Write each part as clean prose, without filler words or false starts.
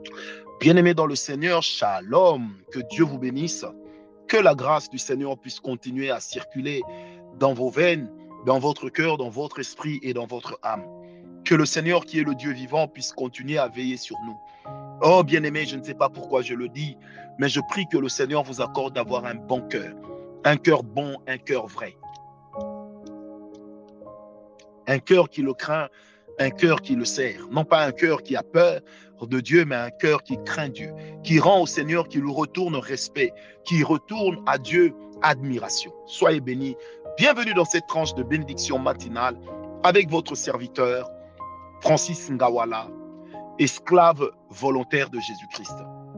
Bien-aimés dans le Seigneur, shalom, que Dieu vous bénisse, que la grâce du Seigneur puisse continuer à circuler dans vos veines, dans votre cœur, dans votre esprit et dans votre âme. Que le Seigneur qui est le Dieu vivant puisse continuer à veiller sur nous. Oh bien-aimés, je ne sais pas pourquoi je le dis, mais je prie que le Seigneur vous accorde d'avoir un cœur bon, un cœur vrai, un cœur qui le craint, un cœur qui le sert. Non pas un cœur qui a peur de Dieu, mais un cœur qui craint Dieu, qui rend au Seigneur, qui lui retourne respect, qui retourne à Dieu admiration. Soyez bénis. Bienvenue dans cette tranche de bénédiction matinale avec votre serviteur, Francis Ngawala, esclave volontaire de Jésus-Christ.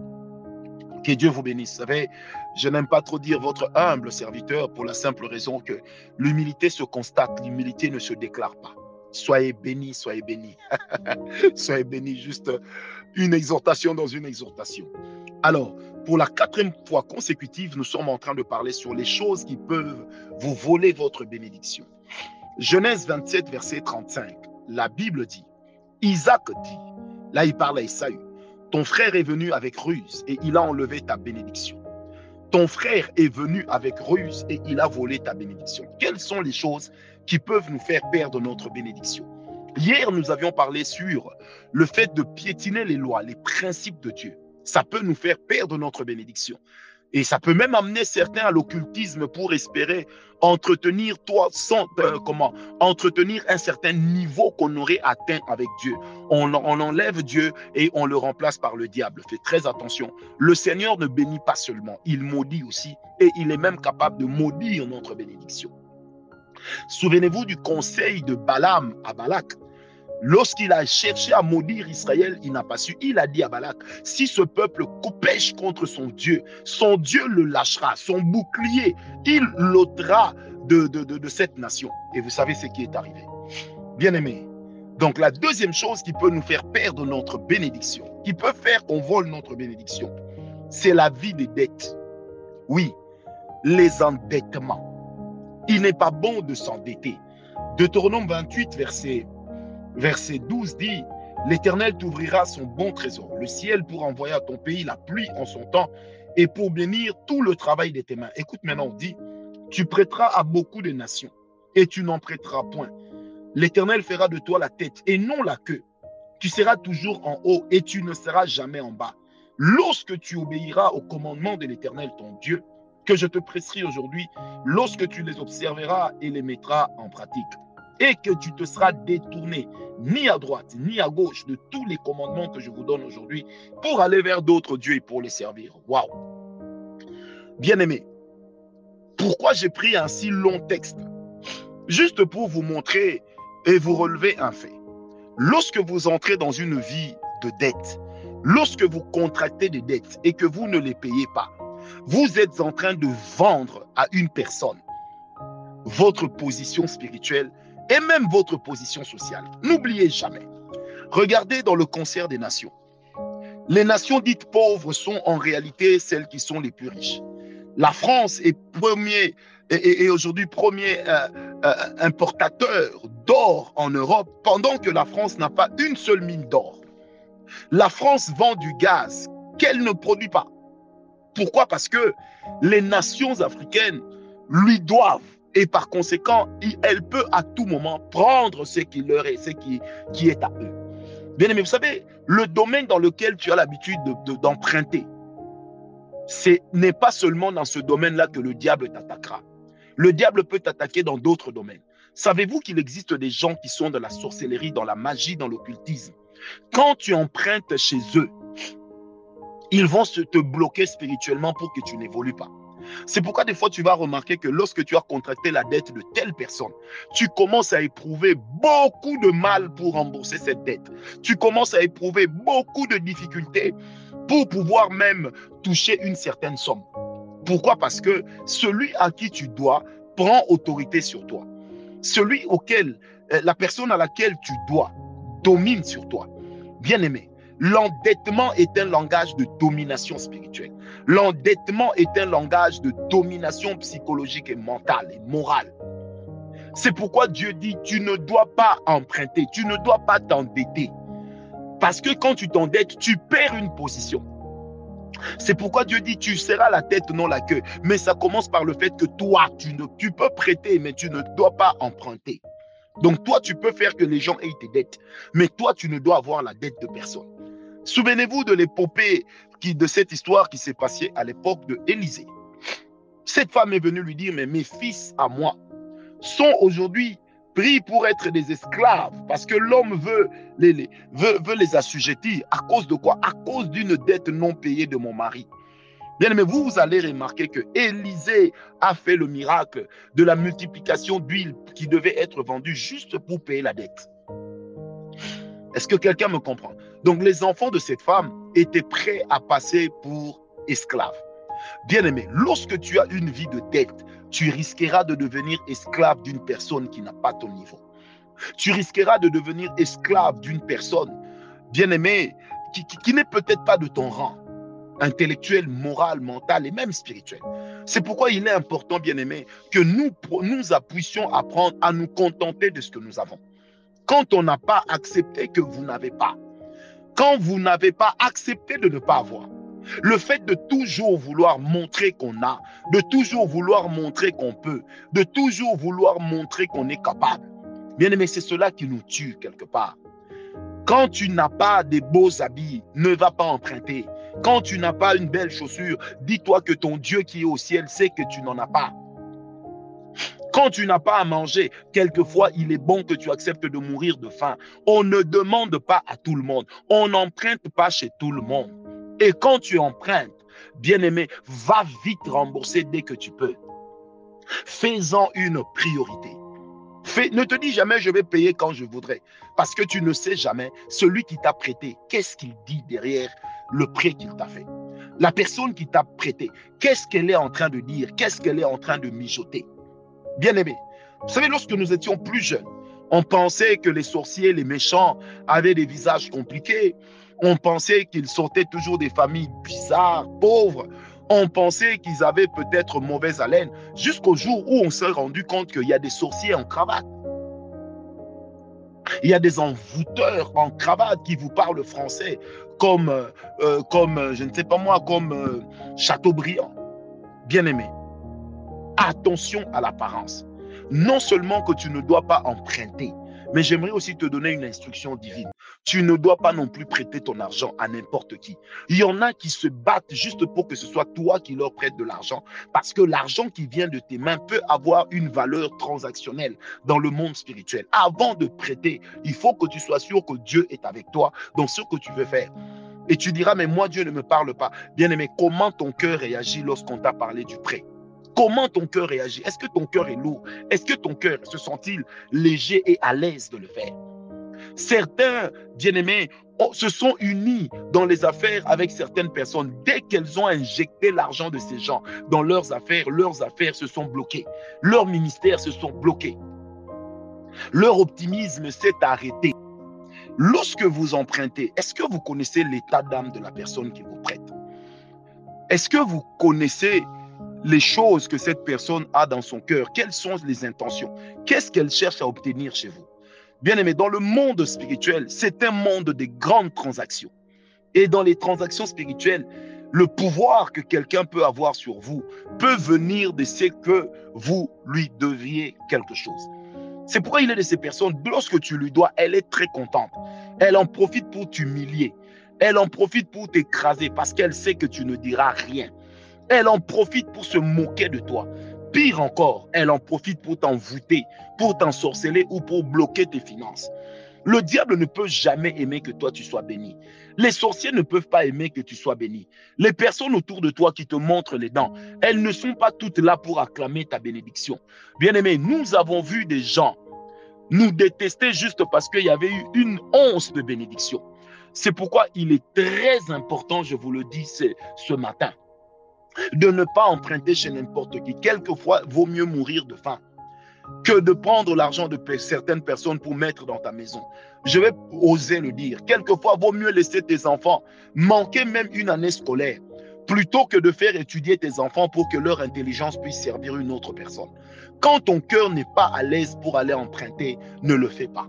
Que Dieu vous bénisse. Vous savez, je n'aime pas trop dire votre humble serviteur pour la simple raison que l'humilité se constate, l'humilité ne se déclare pas. Soyez bénis, soyez bénis. Soyez bénis, juste une exhortation dans une exhortation. Alors, pour la 4e fois consécutive, nous sommes en train de parler sur les choses qui peuvent vous voler votre bénédiction. Genèse 27, verset 35, la Bible dit, Isaac dit, là il parle à Esaü, ton frère est venu avec ruse et il a enlevé ta bénédiction. Ton frère est venu avec ruse et il a volé ta bénédiction. Quelles sont les choses qui peuvent nous faire perdre notre bénédiction? Hier, nous avions parlé sur le fait de piétiner les lois, les principes de Dieu. Ça peut nous faire perdre notre bénédiction. Et ça peut même amener certains à l'occultisme pour espérer entretenir entretenir un certain niveau qu'on aurait atteint avec Dieu. On enlève Dieu et on le remplace par le diable. Faites très attention. Le Seigneur ne bénit pas seulement, il maudit aussi et il est même capable de maudire notre bénédiction. Souvenez-vous du conseil de Balaam à Balak. Lorsqu'il a cherché à maudire Israël, il n'a pas su. Il a dit à Balak, si ce peuple pêche contre son Dieu le lâchera, son bouclier, il l'ôtera de cette nation. Et vous savez ce qui est arrivé. Bien-aimés, donc la deuxième chose qui peut nous faire perdre notre bénédiction, qui peut faire qu'on vole notre bénédiction, c'est la vie des dettes. Oui, les endettements. Il n'est pas bon de s'endetter. Deutéronome 28, verset 12 dit, l'Éternel t'ouvrira son bon trésor, le ciel pour envoyer à ton pays la pluie en son temps et pour bénir tout le travail de tes mains. Écoute maintenant, on dit, tu prêteras à beaucoup de nations et tu n'en prêteras point. L'Éternel fera de toi la tête et non la queue. Tu seras toujours en haut et tu ne seras jamais en bas. Lorsque tu obéiras au commandement de l'Éternel ton Dieu, que je te prescris aujourd'hui, lorsque tu les observeras et les mettras en pratique, et que tu te seras détourné ni à droite ni à gauche de tous les commandements que je vous donne aujourd'hui pour aller vers d'autres dieux et pour les servir. Waouh! Bien-aimés, pourquoi j'ai pris un si long texte? Juste pour vous montrer et vous relever un fait. Lorsque vous entrez dans une vie de dette, lorsque vous contractez des dettes et que vous ne les payez pas, vous êtes en train de vendre à une personne votre position spirituelle et même votre position sociale. N'oubliez jamais. Regardez dans le concert des nations. Les nations dites pauvres sont en réalité celles qui sont les plus riches. La France est aujourd'hui premier importateur d'or en Europe, pendant que la France n'a pas une seule mine d'or. La France vend du gaz qu'elle ne produit pas. Pourquoi? Parce que les nations africaines lui doivent. Et par conséquent, elle peut à tout moment prendre ce qui leur est, ce qui est à eux. Bien aimé, vous savez, le domaine dans lequel tu as l'habitude d'emprunter, ce n'est pas seulement dans ce domaine-là que le diable t'attaquera. Le diable peut t'attaquer dans d'autres domaines. Savez-vous qu'il existe des gens qui sont dans la sorcellerie, dans la magie, dans l'occultisme? Quand tu empruntes chez eux, ils vont te bloquer spirituellement pour que tu n'évolues pas. C'est pourquoi des fois tu vas remarquer que lorsque tu as contracté la dette de telle personne, tu commences à éprouver beaucoup de mal pour rembourser cette dette. Tu commences à éprouver beaucoup de difficultés pour pouvoir même toucher une certaine somme. Pourquoi? Parce que celui à qui tu dois prend autorité sur toi. Celui auquel, la personne à laquelle tu dois domine sur toi. Bien-aimé, l'endettement est un langage de domination spirituelle. L'endettement est un langage de domination psychologique et mentale et morale. C'est pourquoi Dieu dit, tu ne dois pas emprunter, tu ne dois pas t'endetter. Parce que quand tu t'endettes, tu perds une position. C'est pourquoi Dieu dit, tu seras la tête, non la queue. Mais ça commence par le fait que toi, tu peux prêter, mais tu ne dois pas emprunter. Donc toi, tu peux faire que les gens aient tes dettes. Mais toi, tu ne dois avoir la dette de personne. Souvenez-vous de l'épopée de cette histoire qui s'est passée à l'époque de Élisée. Cette femme est venue lui dire, mais mes fils à moi sont aujourd'hui pris pour être des esclaves parce que l'homme veut les assujettir. À cause de quoi? À cause d'une dette non payée de mon mari. Bien aimé, vous allez remarquer que Élisée a fait le miracle de la multiplication d'huile qui devait être vendue juste pour payer la dette. Est-ce que quelqu'un me comprend? Donc les enfants de cette femme étaient prêts à passer pour esclaves. Bien aimé, lorsque tu as une vie de dette, tu risqueras de devenir esclave d'une personne qui n'a pas ton niveau. Tu risqueras de devenir esclave d'une personne, bien aimé, qui n'est peut-être pas de ton rang, intellectuel, moral, mental et même spirituel. C'est pourquoi il est important, bien aimé, que nous puissions apprendre à nous contenter de ce que nous avons. Quand on n'a pas accepté que vous n'avez pas, quand vous n'avez pas accepté de ne pas avoir, le fait de toujours vouloir montrer qu'on a, de toujours vouloir montrer qu'on peut, de toujours vouloir montrer qu'on est capable, bien aimé, c'est cela qui nous tue quelque part. Quand tu n'as pas des beaux habits, ne va pas emprunter. Quand tu n'as pas une belle chaussure, dis-toi que ton Dieu qui est au ciel sait que tu n'en as pas. Quand tu n'as pas à manger, quelquefois, il est bon que tu acceptes de mourir de faim. On ne demande pas à tout le monde. On n'emprunte pas chez tout le monde. Et quand tu empruntes, bien-aimé, va vite rembourser dès que tu peux. Fais-en une priorité. Ne te dis jamais je vais payer quand je voudrais. Parce que tu ne sais jamais celui qui t'a prêté, qu'est-ce qu'il dit derrière le prêt qu'il t'a fait. La personne qui t'a prêté, qu'est-ce qu'elle est en train de dire, qu'est-ce qu'elle est en train de mijoter. Bien-aimé, vous savez, lorsque nous étions plus jeunes, on pensait que les sorciers, les méchants avaient des visages compliqués. On pensait qu'ils sortaient toujours des familles bizarres, pauvres. On pensait qu'ils avaient peut-être mauvaise haleine, jusqu'au jour où on s'est rendu compte qu'il y a des sorciers en cravate. Il y a des envoûteurs en cravate qui vous parlent français comme je ne sais pas moi, comme Chateaubriand. Bien-aimé, attention à l'apparence. Non seulement que tu ne dois pas emprunter, mais j'aimerais aussi te donner une instruction divine. Tu ne dois pas non plus prêter ton argent à n'importe qui. Il y en a qui se battent juste pour que ce soit toi qui leur prêtes de l'argent, parce que l'argent qui vient de tes mains peut avoir une valeur transactionnelle dans le monde spirituel. Avant de prêter, il faut que tu sois sûr que Dieu est avec toi dans ce que tu veux faire. Et tu diras, mais moi, Dieu ne me parle pas. Bien-aimé, comment ton cœur réagit lorsqu'on t'a parlé du prêt? Comment ton cœur réagit? Est-ce que ton cœur est lourd? Est-ce que ton cœur se sent-il léger et à l'aise de le faire? Certains, bien-aimés, se sont unis dans les affaires avec certaines personnes. Dès qu'elles ont injecté l'argent de ces gens dans leurs affaires se sont bloquées. Leurs ministères se sont bloqués. Leur optimisme s'est arrêté. Lorsque vous empruntez, est-ce que vous connaissez l'état d'âme de la personne qui vous prête? Est-ce que vous connaissez les choses que cette personne a dans son cœur? Quelles sont les intentions? Qu'est-ce qu'elle cherche à obtenir chez vous? Bien-aimé, dans le monde spirituel, c'est un monde de grandes transactions. Et dans les transactions spirituelles, le pouvoir que quelqu'un peut avoir sur vous peut venir de ce que vous lui deviez quelque chose. C'est pourquoi il est de ces personnes, lorsque tu lui dois, elle est très contente. Elle en profite pour t'humilier. Elle en profite pour t'écraser parce qu'elle sait que tu ne diras rien. Elle en profite pour se moquer de toi. Pire encore, elle en profite pour t'envoûter, pour t'ensorceler ou pour bloquer tes finances. Le diable ne peut jamais aimer que toi tu sois béni. Les sorciers ne peuvent pas aimer que tu sois béni. Les personnes autour de toi qui te montrent les dents, elles ne sont pas toutes là pour acclamer ta bénédiction. Bien-aimé, nous avons vu des gens nous détester juste parce qu'il y avait eu une once de bénédiction. C'est pourquoi il est très important, je vous le dis ce matin, de ne pas emprunter chez n'importe qui. Quelquefois, vaut mieux mourir de faim que de prendre l'argent de certaines personnes pour mettre dans ta maison. Je vais oser le dire. Quelquefois, vaut mieux laisser tes enfants manquer même une année scolaire plutôt que de faire étudier tes enfants pour que leur intelligence puisse servir une autre personne. Quand ton cœur n'est pas à l'aise pour aller emprunter, ne le fais pas.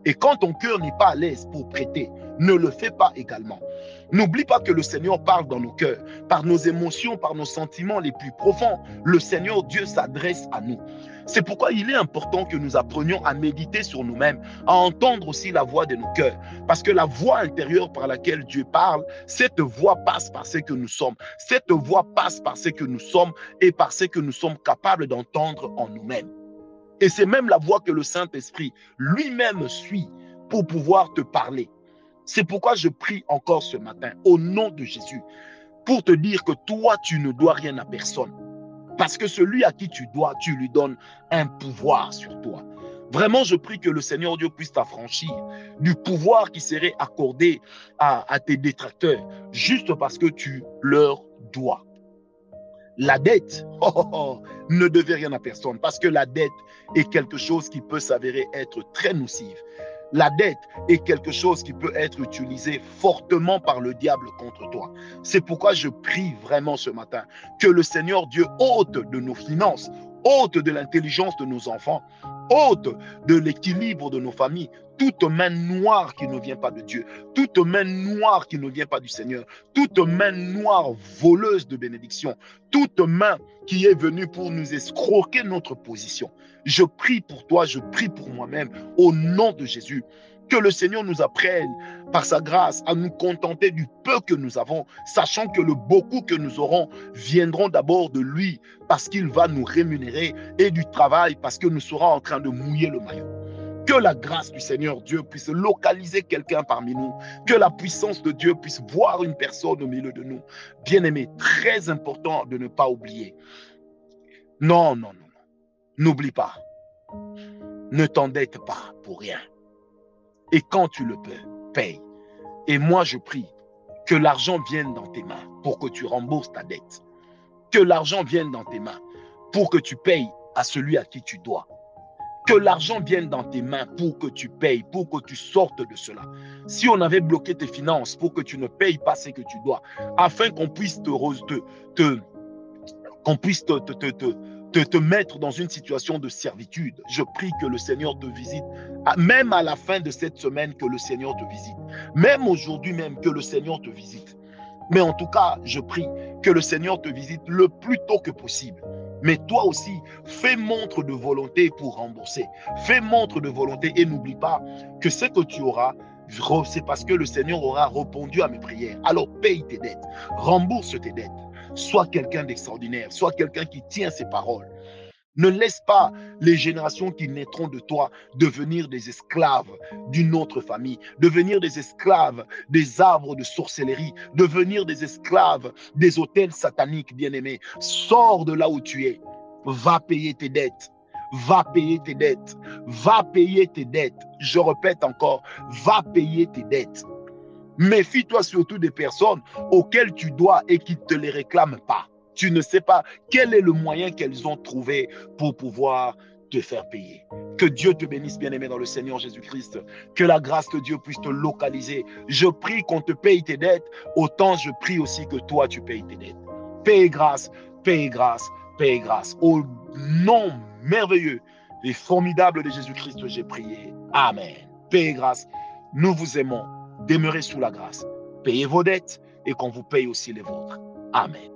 Et quand ton cœur n'est pas à l'aise pour prêter, ne le fais pas également. N'oublie pas que le Seigneur parle dans nos cœurs, par nos émotions, par nos sentiments les plus profonds. Le Seigneur Dieu s'adresse à nous. C'est pourquoi il est important que nous apprenions à méditer sur nous-mêmes, à entendre aussi la voix de nos cœurs. Parce que la voix intérieure par laquelle Dieu parle, cette voix passe par ce que nous sommes. Cette voix passe par ce que nous sommes et par ce que nous sommes capables d'entendre en nous-mêmes. Et c'est même la voix que le Saint-Esprit lui-même suit pour pouvoir te parler. C'est pourquoi je prie encore ce matin, au nom de Jésus, pour te dire que toi, tu ne dois rien à personne. Parce que celui à qui tu dois, tu lui donnes un pouvoir sur toi. Vraiment, je prie que le Seigneur Dieu puisse t'affranchir du pouvoir qui serait accordé à tes détracteurs, juste parce que tu leur dois. La dette ne devait rien à personne, parce que la dette est quelque chose qui peut s'avérer être très nocive. La dette est quelque chose qui peut être utilisé fortement par le diable contre toi. C'est pourquoi je prie vraiment ce matin que le Seigneur Dieu ôte de nos finances, ôte de l'intelligence de nos enfants, ôte de l'équilibre de nos familles, toute main noire qui ne vient pas de Dieu, toute main noire qui ne vient pas du Seigneur, toute main noire voleuse de bénédiction, toute main qui est venue pour nous escroquer notre position. Je prie pour toi, je prie pour moi-même, au nom de Jésus, que le Seigneur nous apprenne, par sa grâce, à nous contenter du peu que nous avons, sachant que le beaucoup que nous aurons viendront d'abord de lui, parce qu'il va nous rémunérer, et du travail, parce que nous serons en train de mouiller le maillot. Que la grâce du Seigneur Dieu puisse localiser quelqu'un parmi nous, que la puissance de Dieu puisse voir une personne au milieu de nous. Bien-aimé, très important de ne pas oublier. Non, non, non, non. N'oublie pas. Ne t'endette pas pour rien. Et quand tu le peux, paye. Et moi, je prie que l'argent vienne dans tes mains pour que tu rembourses ta dette. Que l'argent vienne dans tes mains pour que tu payes à celui à qui tu dois. Que l'argent vienne dans tes mains pour que tu payes, pour que tu sortes de cela. Si on avait bloqué tes finances pour que tu ne payes pas ce que tu dois, afin qu'on puisse te mettre dans une situation de servitude, je prie que le Seigneur te visite, même à la fin de cette semaine, que le Seigneur te visite, même aujourd'hui même, que le Seigneur te visite. Mais en tout cas, je prie que le Seigneur te visite le plus tôt que possible. Mais toi aussi, fais montre de volonté pour rembourser. Fais montre de volonté et n'oublie pas que ce que tu auras, c'est parce que le Seigneur aura répondu à mes prières. Alors paye tes dettes, rembourse tes dettes. Sois quelqu'un d'extraordinaire, sois quelqu'un qui tient ses paroles. Ne laisse pas les générations qui naîtront de toi devenir des esclaves d'une autre famille, devenir des esclaves des arbres de sorcellerie, devenir des esclaves des autels sataniques, bien-aimés. Sors de là où tu es. Va payer tes dettes. Va payer tes dettes. Va payer tes dettes. Je répète encore, va payer tes dettes. Méfie-toi surtout des personnes auxquelles tu dois et qui ne te les réclament pas. Tu ne sais pas quel est le moyen qu'elles ont trouvé pour pouvoir te faire payer. Que Dieu te bénisse, bien-aimé dans le Seigneur Jésus-Christ. Que la grâce de Dieu puisse te localiser. Je prie qu'on te paye tes dettes, autant je prie aussi que toi tu payes tes dettes. Paye grâce, paye grâce, paye grâce. Au nom merveilleux et formidable de Jésus-Christ, j'ai prié. Amen. Paye grâce. Nous vous aimons. Demeurez sous la grâce. Payez vos dettes et qu'on vous paye aussi les vôtres. Amen.